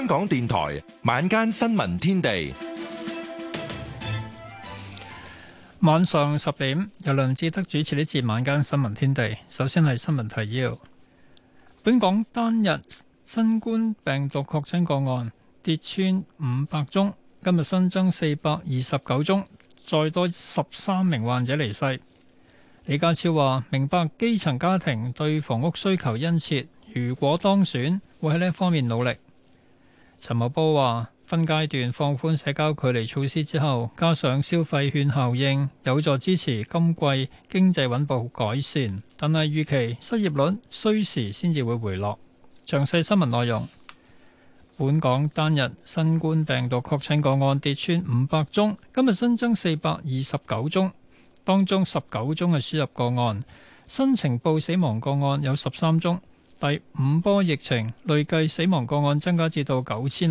香港電台晚間新聞天地， 晚上10點由梁志德主持呢節晚間新聞天地。首先係新聞提要：本港單日新冠病毒確診個案跌穿500宗，今日新增429宗，再多13名患者離世。李家超話：明白基層家庭對房屋需求殷切，如果當選，會喺呢一方面努力。陳茂波話：分階段放寬社交距離措施之後，加上消費券效應，有助支持今季經濟穩步改善，但係預期失業率需時先至會回落。詳細新聞內容。本港單日新冠病毒確診個案跌穿500宗，今日新增429宗。當中19宗係輸入個案，新呈報死亡個案有13宗。第五波疫情累計死亡個案增加至到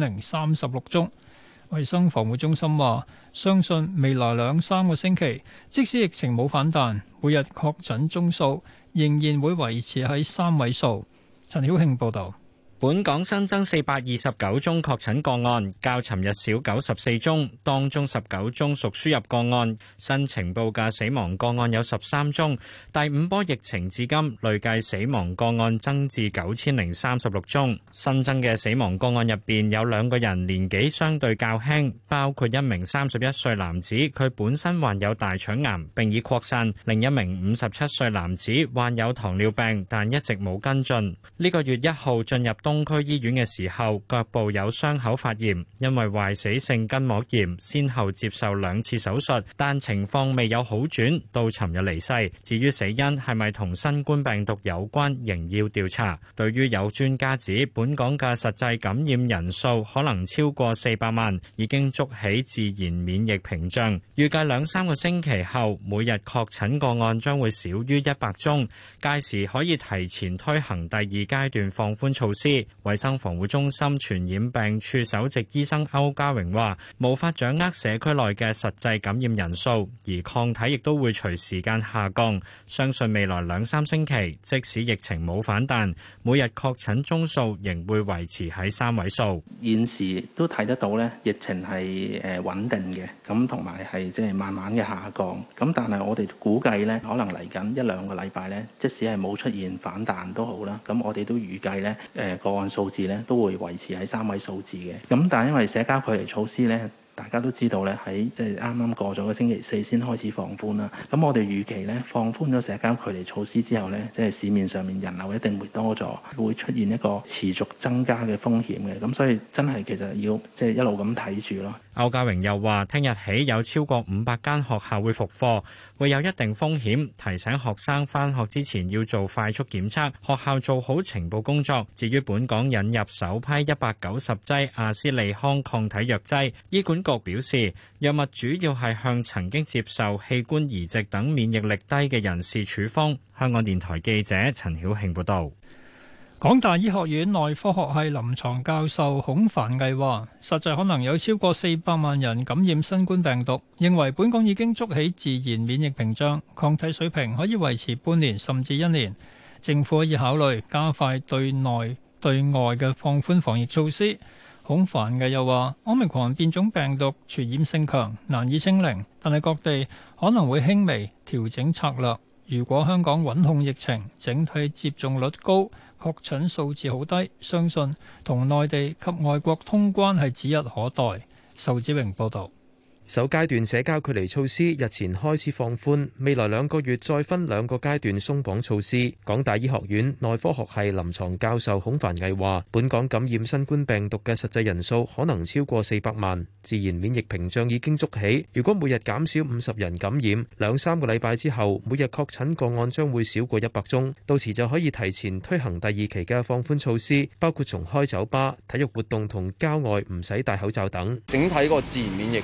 9036宗。衛生防護中心話，相信未來2-3個星期，即使疫情冇反彈，每日確診宗數仍然會維持喺3位數。陳曉慶報導。 本港新增429宗確診個案，較尋日少94宗，當中19宗屬輸入個案。新呈報嘅死亡個案有13宗。第五波疫情至今累計死亡個案增至9036宗。新增嘅死亡個案入邊有2個人年紀相對較輕，包括一名31歲男子，佢本身患有大腸癌並已擴散；另一名57歲男子患有糖尿病，但一直冇跟進。呢個月1號進入東區醫院嘅時候，腳部有傷口發炎，因為壞死性筋膜炎，先後接受2次手術，但情況未有好轉，到尋日離世。至於死因係咪同新冠病毒有關，仍要調查。對於有專家指本港嘅實際感染人數可能超過400萬，已經築起自然免疫屏障，預計2-3個星期後，每日確診個案將會少於100宗，屆時可以提前推行第2階段放寬措施。衛生防護中心傳染病處首席醫生歐家榮話：無法掌握社區內嘅實際感染人數，而抗體亦都會隨時間下降。相信未來2-3星期，即使疫情冇反彈，每日確診宗數仍會維持喺3位數。 現時都睇得到咧，疫情係穩定嘅，咁同埋係即係慢慢嘅下降。咁但係我哋估計咧，可能嚟緊1-2個禮拜咧，即使係冇出現反彈都好啦，咁我哋都預計咧個案數字咧都會維持喺3位數字嘅。咁但係因為社交距離措施咧，大家都知道咧，喺即係啱啱過咗個星期4先開始放寬啦。咁我哋預期咧，放寬咗社交距離措施之後咧，即係市面上面人流一定會多咗，會出現一個持續增加嘅風險嘅。咁所以真係其實要即係一路咁睇住咯。 歐家榮又話：聽日起有超過500間學校會復課，會有一定風險，提醒學生返學之前要做快速檢測，學校做好情報工作。至於本港引入首批190劑阿斯利康抗體藥劑，醫管局表示，藥物主要係向曾經接受器官移植等免疫力低嘅人士處方。香港電台記者陳曉慶報導。 港大醫學院內科學系臨床教授孔凡毅話：實際可能有超過400萬人感染新冠病毒，認為本港已經築起自然免疫屏障，抗體水平可以維持半年甚至1年。政府可以考慮加快對內對外嘅放寬防疫措施。孔凡毅又話：Omicron變種病毒傳染性強，難以清零，但係各地可能會輕微調整策略。如果香港穩控疫情，整體接種率高，確診數字好低，相信同內地及外國通關係指日可待。仇志榮報導。 首階段社交距離措施日前開始放寬，未來2個月再分2個階段鬆綁措施。港大醫學院內科學系臨床教授孔凡毅話：本港感染新冠病毒嘅實際人數可能超過400萬，自然免疫屏障已經築起。如果每日減少50人感染，2-3個禮拜之後，每日確診個案將會少過100宗。到時就可以提前推行第2期嘅放寬措施，包括重開酒吧、體育活動同郊外唔使戴口罩等。 整體個自然免疫嗰個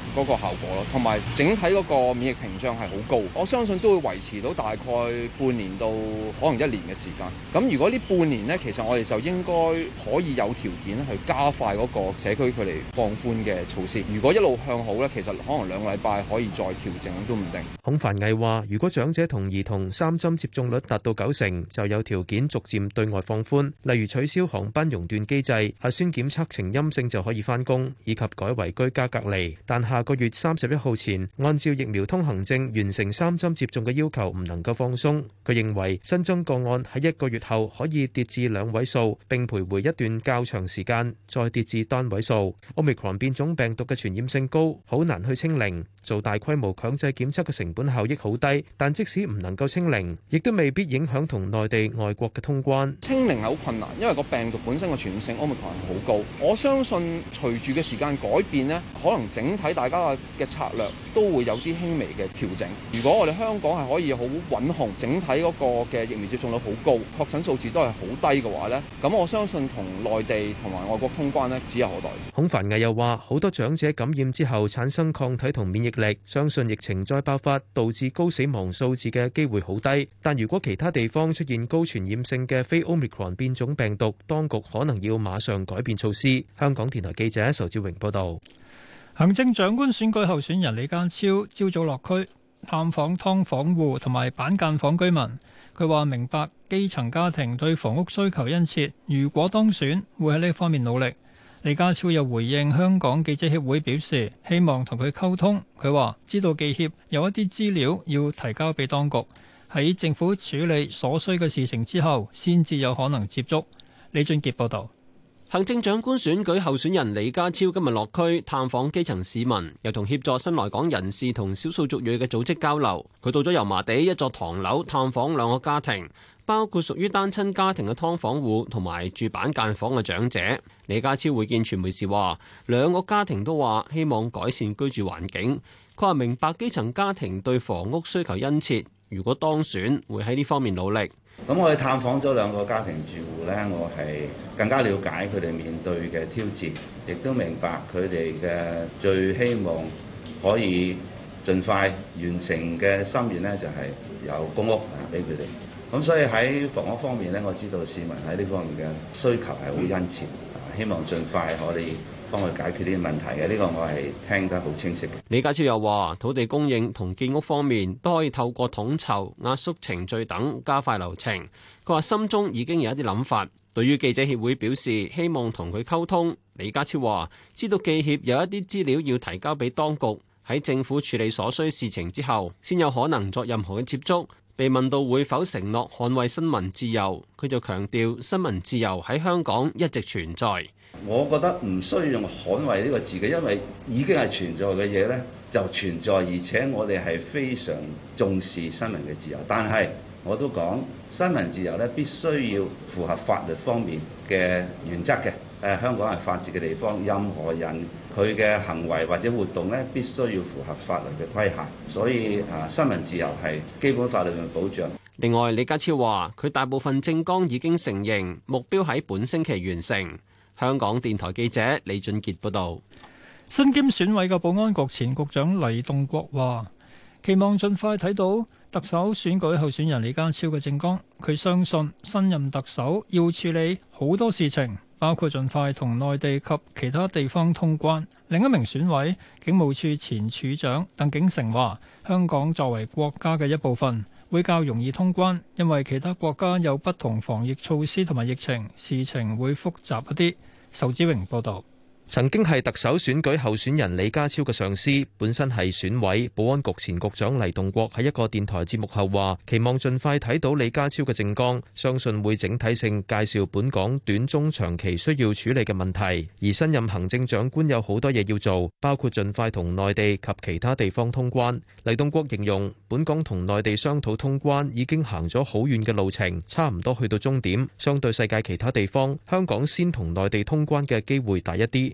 效果咯，同埋整體嗰個免疫屏障係好高，我相信都會維持到大概半年到可能1年嘅時間。咁如果呢半年呢，其實我哋就應該可以有條件去加快嗰個社區距離放寬嘅措施。如果一路向好呢，其實可能2個禮拜可以再調整都唔定。 孔繁毅話，如果長者同兒童3針接種率達到90%，就有條件逐漸對外放寬，例如取消航班熔斷機制，核酸檢測呈陰性就可以返工，以及改為居家隔離。但下個月31號前，按照疫苗通行證完成3針接種嘅要求，唔能夠放鬆。佢認為新增個案喺1個月後可以跌至2位數，並徘徊一段較長時間，再跌至單位數。Omicron 變種病毒嘅傳染性高，好難去清零。做大規模強制檢測嘅成本效益好低，但即使唔能夠清零，亦都未必影響同內地、外國嘅通關。 清零係好困難，因為個病毒本身嘅傳染性 Omicron 係好高。我相信隨住嘅時間改變呢，可能整體大家嘅策略都會有啲輕微嘅調整。如果我哋香港係可以好穩控，整體嗰個嘅疫苗接種率好高，確診數字都係好低嘅話呢，咁我相信同內地同埋外國通關呢，指日可待。 孔繁毅又話，好多長者感染之後產生抗體同免疫力，相信疫情再爆發導致高死亡數字嘅機會好低。但如果其他地方出現高傳染性嘅非 Omicron 變種病毒，當局可能要馬上改變措施。香港電台記者仇志榮報道。 行政長官選舉候選人李家超朝早落區探訪劏房戶同埋板間房居民。佢話明白基層家庭對房屋需求殷切，如果當選會喺呢方面努力。李家超又回應香港記者協會表示，希望同佢溝通。佢話知道記協有一啲資料要提交俾當局，喺政府處理所需嘅事情之後，先至有可能接觸。李俊傑報導。 行政長官選舉候選人李家超今日落區探訪基層市民，又同協助新來港人士同少數族裔嘅組織交流。佢到咗油麻地一座唐樓探訪2個家庭，包括屬於單親家庭嘅劏房戶同埋住板間房嘅長者。李家超會見傳媒時話，2個家庭都話希望改善居住環境。佢話明白基層家庭對房屋需求殷切，如果當選會喺呢方面努力。 咁我哋探訪咗2個家庭住戶呢，我係更加了解佢哋面對嘅挑戰，亦都明白佢哋嘅最希望可以盡快完成嘅心願呢，就係有公屋俾佢哋。咁所以喺房屋方面呢，我知道市民喺呢方面嘅需求係好殷切，希望盡快可以幫佢解決呢啲問題嘅。呢個我係聽得好清晰嘅。 李家超又話，土地供應同建屋方面都可以透過統籌、壓縮程序等加快流程。佢話心中已經有一啲諗法。對於記者協會表示希望同佢溝通，李家超話知道記協有一啲資料要提交俾當局，喺政府處理所需事情之後，先有可能作任何嘅接觸。被問到會否承諾捍衛新聞自由，佢就強調新聞自由喺香港一直存在。 我覺得唔需要用捍衛呢個字嘅，因為已經係存在嘅嘢呢就存在，而且我哋係非常重視新聞嘅自由。但係我都講新聞自由呢必須要符合法律方面嘅原則嘅。香港係法治嘅地方，任何人佢嘅行為或者活動呢必須要符合法律嘅規限。所以新聞自由係基本法律嘅保障。 另外，李家超話佢大部分政綱已經成形，目標喺本星期完成。香港電台記者李俊傑報導。 身兼選委嘅保安局前局長黎棟國話，期望盡快睇到特首選舉候選人李家超嘅政綱。佢相信新任特首要處理好多事情，包括盡快同內地及其他地方通關。另一名選委警務處前處長鄧景成話，香港作為國家嘅一部分，會較容易通關，因為其他國家有不同防疫措施同埋疫情，事情會複雜一啲。仇志榮報導。 曾經係特首選舉候選人李家超嘅上司，本身係選委保安局前局長黎棟國喺一個電台節目後話，期望盡快睇到李家超嘅政綱，相信會整體性介紹本港短中長期需要處理嘅問題。而新任行政長官有好多嘢要做，包括盡快同內地及其他地方通關。黎棟國形容本港同內地商討通關已經行咗好遠嘅路程，差唔多去到終點。相對世界其他地方，香港先同內地通關嘅機會大一啲。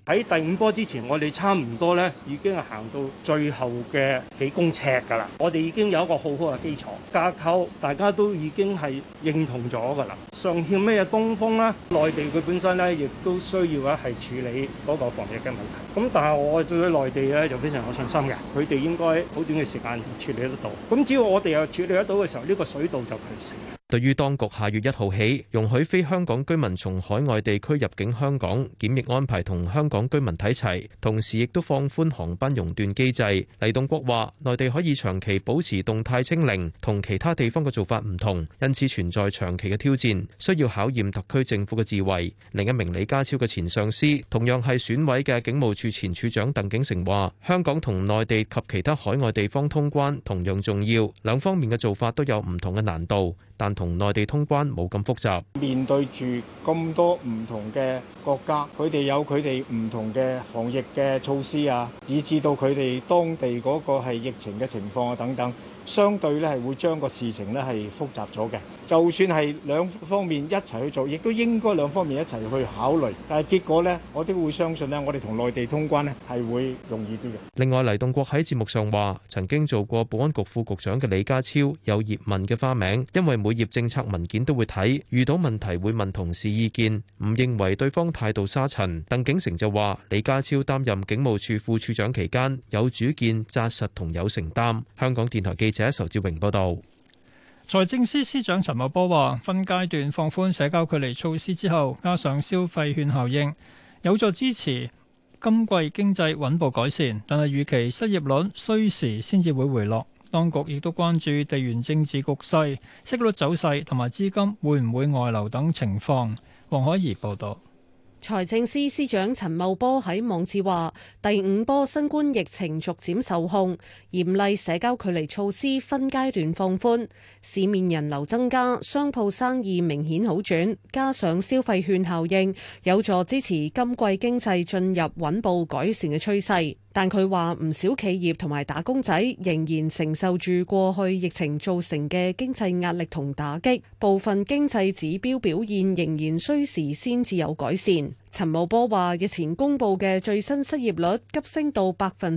喺第五波之前，我哋差唔多咧已經係行到最後嘅幾公尺㗎啦。我哋已經有一個好好嘅基礎架構，大家都已經係認同咗㗎啦。尚欠咩東風啦？內地佢本身咧亦都需要咧係處理嗰個防疫嘅問題。咁但係我對內地咧就非常有信心嘅，佢哋應該好短嘅時間處理得到。咁只要我哋又處理得到嘅時候，呢個水到就渠成。 對於當局下月1號起容許非香港居民從海外地區入境香港，檢疫安排同香港居民睇齊，同時亦都放寬航班熔斷機制。黎棟國話：內地可以長期保持動態清零，同其他地方嘅做法唔同，因此存在長期嘅挑戰，需要考驗特區政府嘅智慧。另一名李家超嘅前上司，同樣係選委嘅警務處前處長鄧景成話：香港同內地及其他海外地方通關同樣重要，兩方面嘅做法都有唔同嘅難度。但同內地通關冇咁複雜。 面對住咁多唔同嘅國家，佢哋有佢哋唔同嘅防疫嘅措施啊，以至到佢哋當地嗰個係疫情嘅情況啊等等。相對咧係會將個事情咧係複雜咗嘅，就算係兩方面一齊去做，亦都應該兩方面一齊去考慮。但係結果呢，我都會相信呢，我哋同內地通關呢係會容易啲嘅。 另外，黎棟國喺節目上話，曾經做過保安局副局長嘅李家超有葉問嘅花名，因為每頁政策文件都會睇，遇到問題會問同事意見，唔認為對方態度沙塵。鄧景成就話，李家超擔任警務處副處長期間有主見、紮實同有承擔。香港電台記者仇志榮報道。 財政司司長陳茂波話，分階段放寬社交距離措施之後，加上消費券效應，有助支持今季經濟穩步改善，但係預期失業率需時先至會回落。當局亦都關注地緣政治局勢、息率走勢同埋資金會唔會外流等情況。黃海怡報道。 財政司司長陳茂波喺網誌話：第五波新冠疫情逐漸受控，嚴厲社交距離措施分階段放寬，市面人流增加，商鋪生意明顯好轉，加上消費券效應，有助支持今季經濟進入穩步改善嘅趨勢。但佢話唔少企業同埋打工仔仍然承受住過去疫情造成嘅經濟壓力同打擊，部分經濟指標表現仍然需時先至有改善。陳茂波話：日前公布嘅最新失業率急升到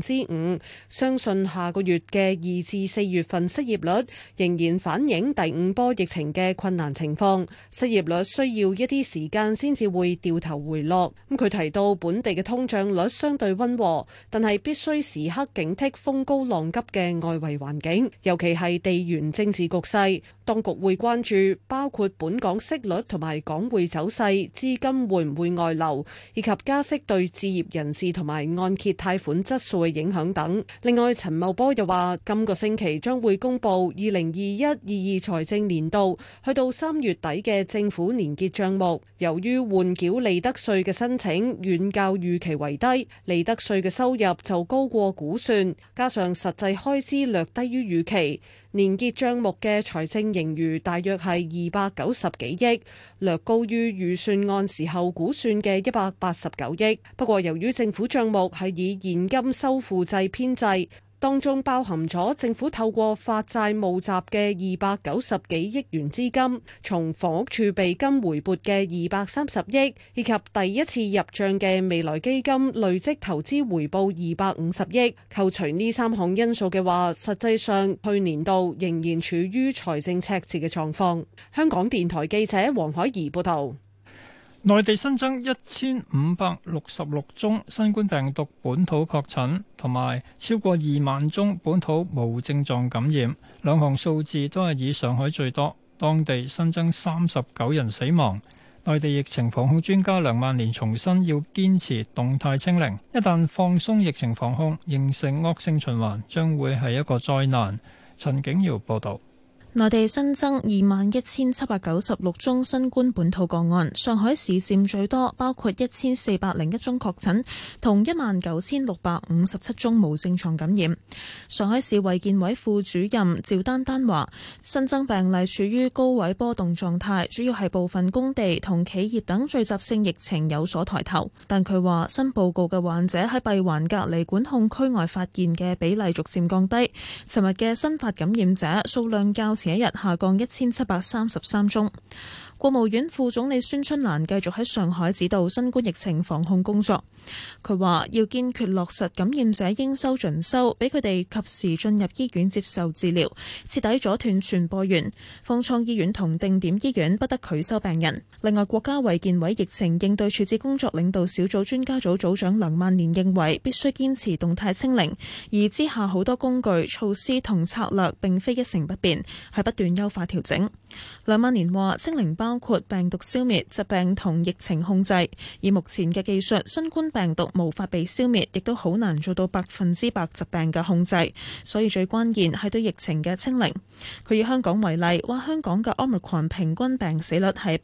5%，相信下個月嘅2至4月份失業率仍然反映第五波疫情嘅困難情況，失業率需要一啲時間先至會掉頭回落。佢提到本地嘅通脹率相對溫和，但係必須時刻警惕風高浪急嘅外圍環境，尤其係地緣政治局勢。當局會關注包括本港息率同埋港匯走勢、資金會唔會外流，以及加息對置業人士同埋按揭貸款質素嘅影響等。另外，陳茂波又話，今個星期將會公布2021-22財政年度去到3月底嘅政府年結帳目。由於換繳利得稅嘅申請遠較預期為低，利得稅嘅收入就高過估算，加上實際開支略低於預期，年結帳目嘅財政盈餘大約係290幾億，略高於預算案時候估算嘅189億。不過由於政府帳目係以現金收付制編制，當中包含咗政府透過發債募集嘅290幾億元資金，從房屋儲備金回撥嘅230億，以及第一次入帳嘅未來基金累積投資回報250億。扣除呢3項因素嘅話，實際上去年度仍然處於財政赤字嘅狀況。香港電台記者黃海怡報道。 內地新增1566宗新冠病毒本土確診，同埋超過2萬宗本土無症狀感染，兩項數字都係以上海最多。當地新增39人死亡。內地疫情防控專家梁萬年重申要堅持動態清零，一旦放鬆疫情防控，形成惡性循環，將會係一個災難。陳景堯報道。 內地新增21,796宗新冠本土個案，上海市佔最多，包括1401宗確診同19,657宗無症狀感染。上海市衛健委副主任趙丹丹話，新增病例處於高位波動狀態，主要係部分工地同企業等聚集性疫情有所抬頭。但佢話新報告嘅患者喺閉環隔離管控區外發現嘅比例逐漸降低。尋日嘅新發感染者數量較前一日下降1733宗。國務院副總理孫春蘭繼續喺上海指導新冠疫情防控工作。佢話要堅決落實感染者應收盡收，俾佢哋及時進入醫院接受治療，徹底阻斷傳播源。方艙醫院同定點醫院不得拒收病人。另外，國家衛健委疫情應對處置工作領導小組專家組組長梁萬年認為，必須堅持動態清零，而之下好多工具、措施同策略並非一成不變，係不斷優化調整。梁萬年話：清零包括病毒消滅、疾病同疫情控制。以目前嘅技術，新冠病毒無法被消滅，亦都好難做到100%疾病嘅控制。所以最關鍵係對疫情嘅清零。佢以香港為例，話香港嘅 Omicron 平均病死率係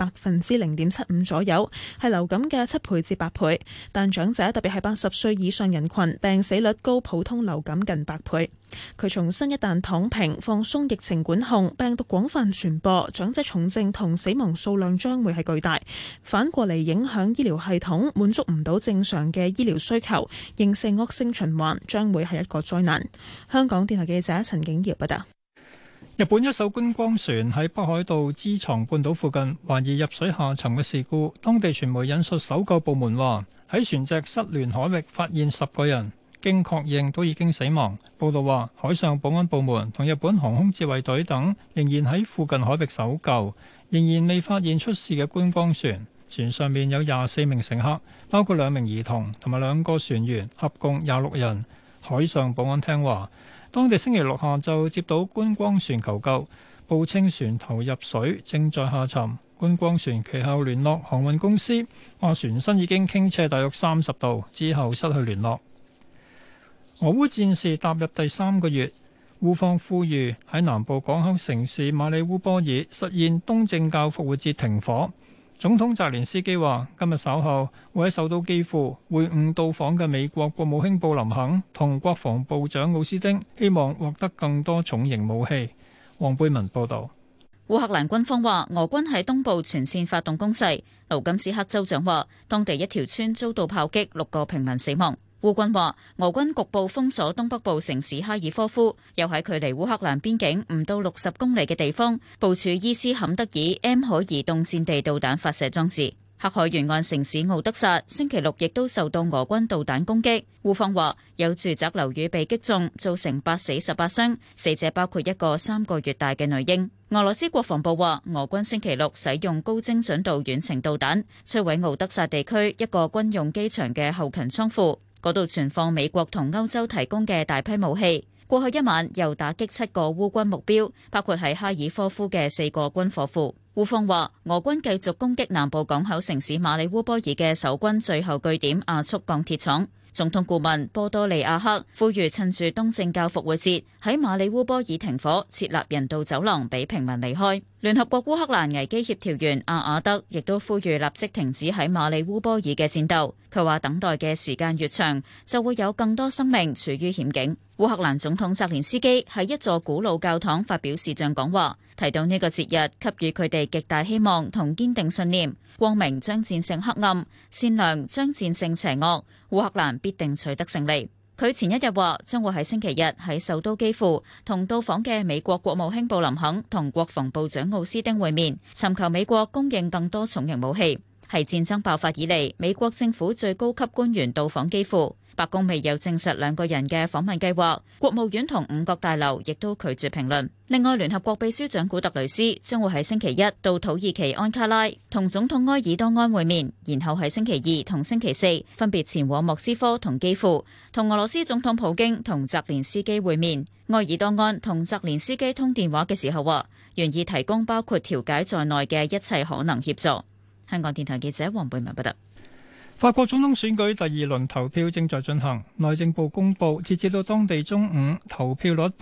0.75%左右，係流感嘅7倍至8倍。但長者特別係80歲以上人群，病死率高普通流感近8倍。佢重申，一旦躺平、放鬆疫情管控，病毒廣泛傳播，長者重症同死亡數量將會係巨大，反過嚟影響醫療系統，滿足唔到正常嘅醫療需求，形成惡性循環，將會係一個災難。香港電台記者陳景堯報道。 日本一艘觀光船喺北海道知床半島附近懷疑入水下沉嘅事故，當地傳媒引述搜救部門話，喺船隻失聯海域發現10個人。經確認都已經死亡。報道話，海上保安部門同日本航空自衛隊等仍然喺附近海域搜救，仍然未發現出事嘅觀光船。船上面有24名乘客，包括2名兒童同埋2個船員，合共26人。海上保安廳話，當地星期六下晝接到觀光船求救，報稱船頭入水，正在下沉。觀光船其後聯絡航運公司，話船身已經傾斜大約30度，之後失去聯絡。俄烏戰事踏入第3個月，烏方呼籲喺南部港口城市馬里烏波爾實現東正教復活節停火。總統澤連斯基話：今日稍後會喺首都基輔會晤到訪嘅美國國務卿布林肯同國防部長奧斯汀，希望獲得更多重型武器。黃貝文報導。 烏克蘭軍方話，俄軍喺東部全線發動攻勢。盧甘斯克州長話，當地一條村遭到炮擊，6個平民死亡。烏軍話，俄軍局部封鎖東北部城市哈爾科夫，又喺距離烏克蘭邊境唔到60公里嘅地方部署伊斯坎德爾 M 可移動戰地導彈發射裝置。黑海沿岸城市奧德薩星期六亦都受到俄軍導彈攻擊。烏方話有住宅樓宇被擊中，造成8死18傷，死者包括一個3個月大嘅女嬰。俄羅斯國防部話，俄軍星期六使用高精準度遠程導彈摧毀奧德薩地區一個軍用機場嘅後勤倉庫。嗰度存放美國同歐洲提供嘅大批武器。過去一晚又打擊7個烏軍目標，包括喺哈爾科夫嘅4個軍火庫。烏方話，俄軍繼續攻擊南部港口城市馬里烏波爾嘅守軍最後據點亞速鋼鐵廠。總統顧問波多利亞克呼籲趁住東正教復活節喺馬里烏波爾停火，設立人道走廊俾平民離開。聯合國烏克蘭危機協調員阿瓦德亦都呼籲立即停止喺馬里烏波爾嘅戰鬥。佢話等待嘅時間越長，就會有更多生命處於險境。烏克蘭總統澤連斯基喺一座古老教堂發表視像講話，提到呢個節日給予佢哋極大希望同堅定信念，光明將戰勝黑暗，善良將戰勝邪惡，烏克蘭必定取得勝利。佢前一日話將會喺星期日喺首都基輔同到訪嘅美國國務卿布林肯同國防部長奧斯汀會面，尋求美國供應更多重型武器。係戰爭爆發以嚟，美國政府最高級官員到訪基輔。白宮未有證實2個人嘅訪問計劃，國務院同5角大樓亦都拒絕評論。另外，聯合國秘書長古特雷斯將會喺星期一到土耳其安卡拉同總統埃爾多安會面，然後喺星期2同星期4分別前往莫斯科同基輔，同俄羅斯總統普京同澤連斯基會面。埃爾多安同澤連斯基通電話嘅時候話，願意提供包括調解在內嘅一切可能協助。香港電台記者黃貝文報道。 法國總統選舉第2輪投票正在進行，內政部公佈，截至到當地中午，投票率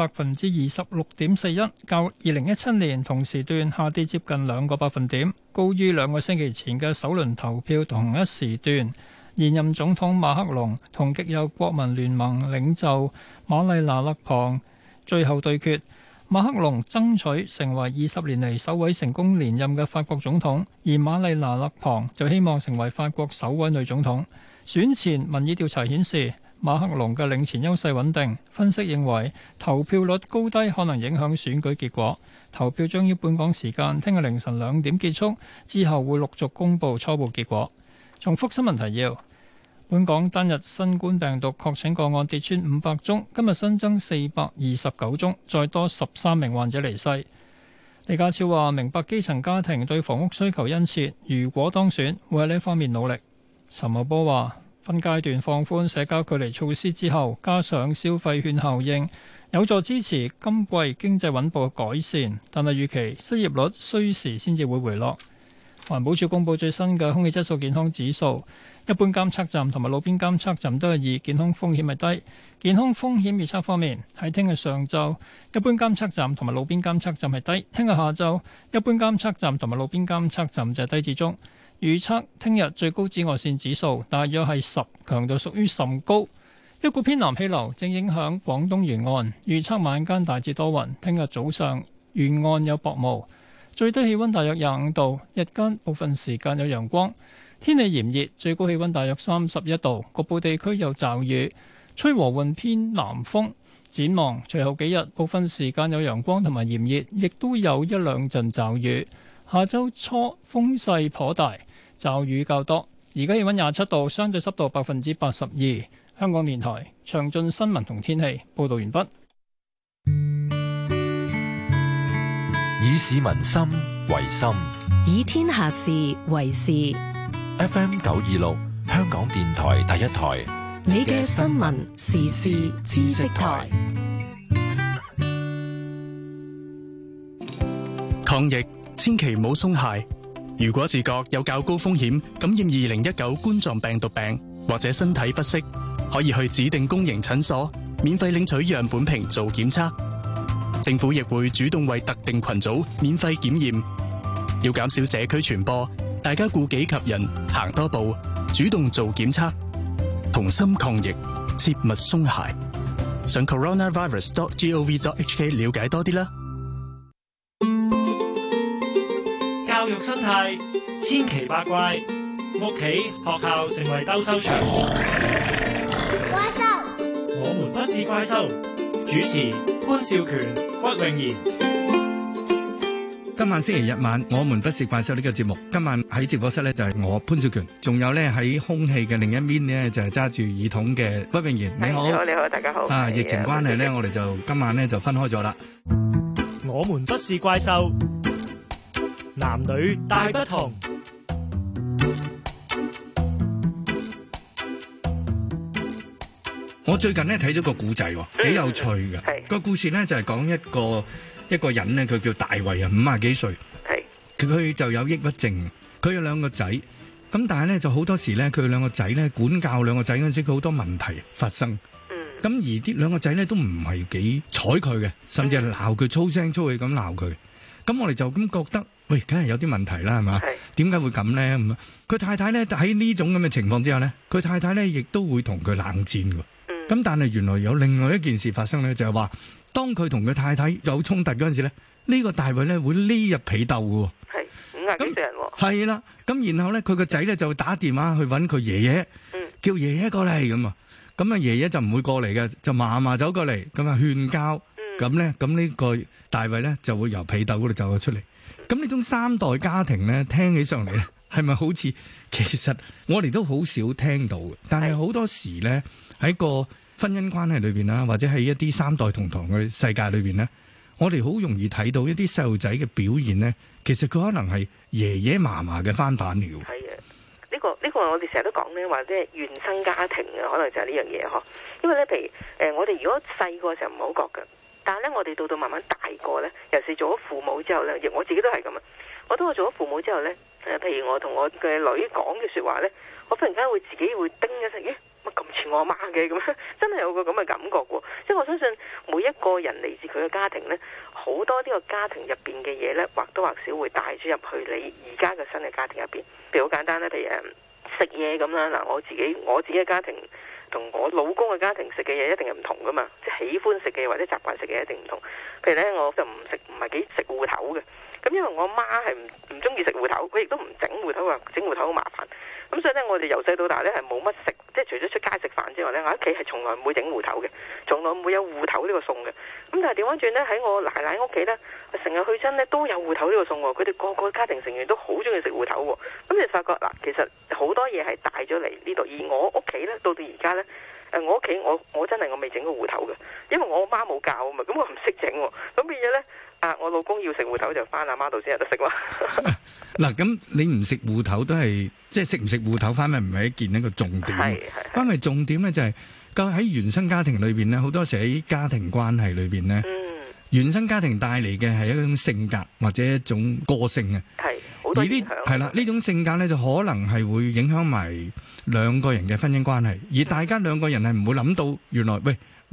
26.41%，較2017年同時段下跌接近2個百分點，高於2個星期前嘅首輪投票同一時段。現任總統馬克龍同極右國民聯盟領袖瑪麗娜勒龐最後對決。馬克龍爭取成為20年嚟首位成功連任嘅法國總統，而瑪麗娜勒龐就希望成為法國首位女總統。選前民意調查顯示， 馬克龍嘅領前優勢穩定。分析認為投票率高低可能影響選舉結果。投票將於本港時間聽日凌晨2點結束，之後會陸續公佈初步結果。重複新聞提要：本港單日新冠病毒確診個案跌穿500宗，今日新增429宗，再多13名患者離世。李家超話：明白基層家庭對房屋需求殷切，如果當選，會喺呢方面努力。陳茂波話：分階段放寬社交距離措施之後，加上消費券效應，有助支持今季經濟穩步改善，但係預期失業率需時先至會回落。環保署公布最新嘅空氣質素健康指數，一般監測站同埋路邊監測站都係2，健康風險係低。健康風險預測方面，喺聽日上晝，一般監測站同埋路邊監測站係低；聽日下晝，一般監測站同埋路邊監測站就係低至中。預測聽日最高紫外線指數大約係10，強度屬於甚高。一股偏南氣流正影響廣東沿岸，預測晚間大致多雲，聽日早上沿岸有薄霧，最低氣溫大約25度，日間部分時間有陽光，天氣炎熱，最高氣溫大約31度，局部地區有驟雨，吹和緩偏南風。展望隨後幾日，部分時間有陽光同埋炎熱，亦都有一兩陣驟雨。下周初風勢頗大，驟雨較多。而家氣溫27度，相對濕度82%。香港電台詳盡新聞同天氣報道完畢。 以市民心為心， 以天下事為事。 FM 926，香港電台第一台， 你嘅新聞時事知識台。 抗疫千祈唔好鬆懈。如果自覺有較高風險感染2019冠狀病毒病，或者身體不適，可以去指定公營診所免費領取樣本瓶做檢測。政府亦會主動為特定群組免費檢驗。要減少社區傳播，大家顧己及人，行多步，主動做檢測，同心抗疫，切勿鬆懈。上 coronavirus.gov.hk 了解多啲啦。 教育生態千奇百怪，屋企學校成為鬥獸場。怪獸，我們不是怪獸。主持潘少權、屈穎妍。 今晚星期日晚，我們不是怪獸呢個節目。今晚喺直播室呢，就係我潘少權，仲有呢喺空氣嘅另一邊呢，就係揸住耳筒嘅屈穎妍。你好， 你好，大家好。 疫情關係呢，我哋就今晚呢就分開咗啦。 我們不是怪獸。男女大不同。 我最近咧睇咗個古仔，幾有趣嘅。個故事咧就係講一個人咧，佢叫大衛啊，50幾歲。佢就有抑鬱症，佢有2個仔。咁但係咧就好多時咧，佢2個仔咧管教2個仔嗰陣時，佢好多問題發生。咁而啲2個仔咧都唔係幾睬佢嘅，甚至係鬧佢粗聲粗氣咁鬧佢。咁我哋就咁覺得，喂，梗係有啲問題啦，係嘛？點解會咁咧？咁佢太太咧喺呢種咁嘅情況之下咧，佢太太咧亦都會同佢冷戰㗎。咁但係原來有另外一件事發生咧，就係話當佢同佢太太有衝突嗰陣時咧，呢個大衛咧會匿入被竇㗎。 係50幾歲人喎。 係啦，咁然後咧佢個仔咧就打電話去揾佢爺爺，叫爺爺過嚟咁啊。咁啊爺爺就唔會過嚟嘅，就嫲嫲走過嚟，咁啊勸交。咁咧，咁呢個大衛咧就會由被竇嗰度走咗出嚟。咁呢種3代家庭咧，聽起上嚟咧，係咪好似其實我哋都好少聽到嘅？但係好多時咧喺個婚姻關係裏邊啦，或者係一啲3代同堂嘅世界裏邊咧，我哋好容易睇到一啲細路仔嘅表現咧，其實佢可能係爺爺嫲嫲嘅翻版嚟嘅。 係啊，呢個我哋成日都講咧，話即係原生家庭啊，可能就係呢樣嘢嗬。因為咧，譬如我哋如果細個嘅時候唔好覺㗎。但係咧，我哋到慢慢大個咧，尤其是做咗父母之後咧，我自己都係咁啊。我做咗父母之後咧，譬如我同我嘅女講嘅説話咧，我忽然間會自己會叮一聲，咦，乜咁似我阿媽嘅咁樣，真係有個咁嘅感覺喎。即係我相信每一個人嚟自佢嘅家庭咧，好多呢個家庭入邊嘅嘢咧，或多或少會帶咗入去你而家嘅新嘅家庭入邊。譬如好簡單咧，譬如食嘢咁啦，嗱我自己嘅家庭。同我老公嘅家庭食嘅嘢一定係唔同噶嘛，即係喜歡食嘅或者習慣食嘅一定唔同。譬如咧，我就唔係幾食芋頭嘅， 咁因為我媽係唔中意食芋頭，佢亦都唔整芋頭，話整芋頭好麻煩。咁所以咧，我哋由細到大咧係冇乜食，即係除咗出街食飯之外咧，我喺屋企係從來唔會整芋頭嘅，從來唔會有芋頭呢個餸嘅。咁但係調翻轉咧，喺我奶奶屋企咧，成日去親咧都有芋頭呢個餸喎。佢哋個個家庭成員都好中意食芋頭喎。咁你發覺嗱，其實好多嘢係帶咗嚟呢度，而我屋企咧到而家咧。我屋企我真係我未整過芋頭嘅，因為我媽冇教啊嘛，咁我唔識整喎，咁變咗咧我老公要食芋頭就翻阿媽度先有得食啦。 嗱，咁你唔食芋頭都係即係食唔食芋頭翻嚟唔係一個重點，翻嚟重點咧就係究竟喺原生家庭裏邊咧，好多時喺家庭關係裏邊咧，原生家庭帶嚟嘅係一種性格或者一種個性啊。而呢係啦，呢種性格咧就可能係會影響埋兩個人嘅婚姻關係，而大家兩個人係唔會諗到原來喂